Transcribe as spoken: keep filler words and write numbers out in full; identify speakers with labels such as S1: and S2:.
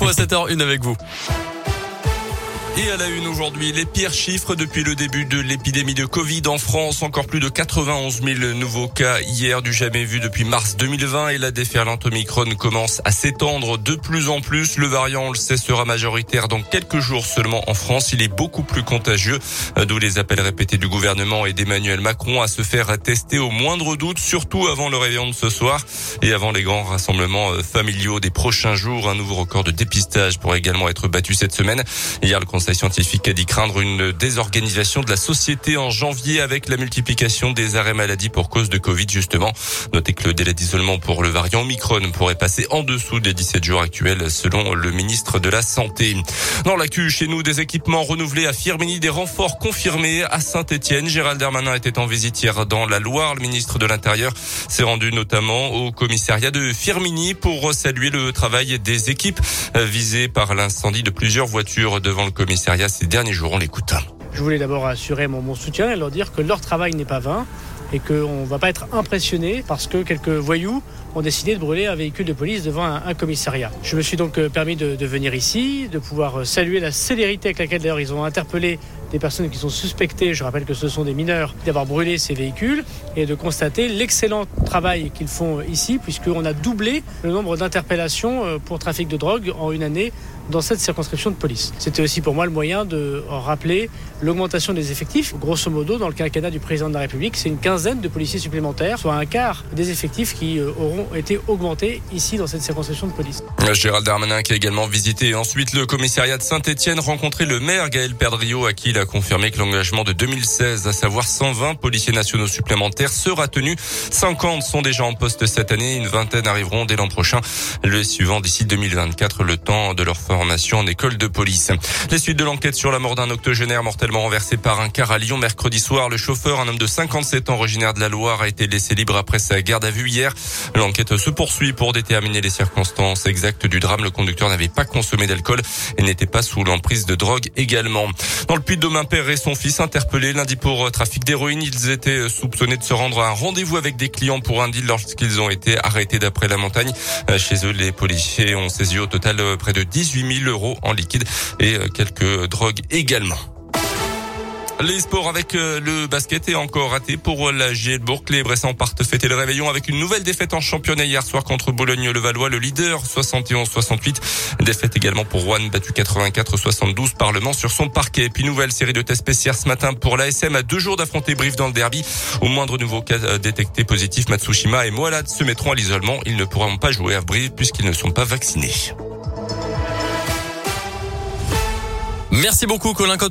S1: l'info à sept heures une avec vous.
S2: Et à la une aujourd'hui, les pires chiffres depuis le début de l'épidémie de Covid en France. Encore plus de quatre-vingt-onze mille nouveaux cas hier, du jamais vu depuis mars deux mille vingt. Et la déferlante Omicron commence à s'étendre de plus en plus. Le variant, on le sait, sera majoritaire dans quelques jours seulement en France. Il est beaucoup plus contagieux, d'où les appels répétés du gouvernement et d'Emmanuel Macron à se faire tester au moindre doute, surtout avant le réveillon de ce soir et avant les grands rassemblements familiaux des prochains jours. Un nouveau record de dépistage pourrait également être battu cette semaine. Hier, le Conseil scientifique a dit craindre une désorganisation de la société en janvier avec la multiplication des arrêts maladie pour cause de Covid, justement. Notez que le délai d'isolement pour le variant Omicron pourrait passer en dessous des dix-sept jours actuels, selon le ministre de la Santé. Dans l'actu, chez nous, des équipements renouvelés à Firminy, des renforts confirmés à Saint-Étienne. Gérald Darmanin était en visite hier dans la Loire. Le ministre de l'Intérieur s'est rendu notamment au commissariat de Firminy pour saluer le travail des équipes visées par l'incendie de plusieurs voitures devant le commissariat ces derniers jours. On l'écoute.
S3: Je voulais d'abord assurer mon, mon soutien et leur dire que leur travail n'est pas vain et qu'on ne va pas être impressionné parce que quelques voyous ont décidé de brûler un véhicule de police devant un, un commissariat. Je me suis donc permis de, de venir ici, de pouvoir saluer la célérité avec laquelle d'ailleurs ils ont interpellé des personnes qui sont suspectées, je rappelle que ce sont des mineurs, d'avoir brûlé ces véhicules et de constater l'excellent travail qu'ils font ici puisqu'on a doublé le nombre d'interpellations pour trafic de drogue en une année dans cette circonscription de police. C'était aussi pour moi le moyen de rappeler l'augmentation des effectifs. Grosso modo, dans le quinquennat du président de la République, c'est une quinzaine de policiers supplémentaires, soit un quart des effectifs qui auront été augmentés ici dans cette circonscription de police.
S2: Gérald Darmanin qui a également visité ensuite le commissariat de Saint-Étienne, rencontré le maire Gaël Perdriau à qui il a confirmé que l'engagement de deux mille seize, à savoir cent vingt policiers nationaux supplémentaires, sera tenu. cinquante sont déjà en poste cette année, une vingtaine arriveront dès l'an prochain. Le suivant d'ici deux mille vingt-quatre, le temps de leur formation en école de police. Les suites de l'enquête sur la mort d'un octogénaire mortellement renversé par un car à Lyon mercredi soir. Le chauffeur, un homme de cinquante-sept ans originaire de la Loire, a été laissé libre après sa garde à vue hier. L'enquête se poursuit pour déterminer les circonstances exactes du drame. Le conducteur n'avait pas consommé d'alcool et n'était pas sous l'emprise de drogue également. Dans le Puy-de-Dôme, un père et son fils interpellés lundi pour trafic d'héroïne. Ils étaient soupçonnés de se rendre à un rendez-vous avec des clients pour un deal lorsqu'ils ont été arrêtés d'après La Montagne. Chez eux, les policiers ont saisi au total près de dix-huit mille euros en liquide et quelques drogues également. Les sports avec le basket est encore raté pour la G L Bourg. Les Bressans partent fêter le réveillon avec une nouvelle défaite en championnat hier soir contre Boulogne-le-Valois, le leader soixante et onze soixante-huit. Défaite également pour Rouen, battu quatre-vingt-quatre soixante-douze par Le Mans sur son parquet. Puis nouvelle série de tests spéciaux ce matin pour l'A S M à deux jours d'affronter Brive dans le derby. Au moindre nouveau cas détecté positif, Matsushima et Moalad se mettront à l'isolement. Ils ne pourront pas jouer à Brive puisqu'ils ne sont pas vaccinés.
S1: Merci beaucoup Colin.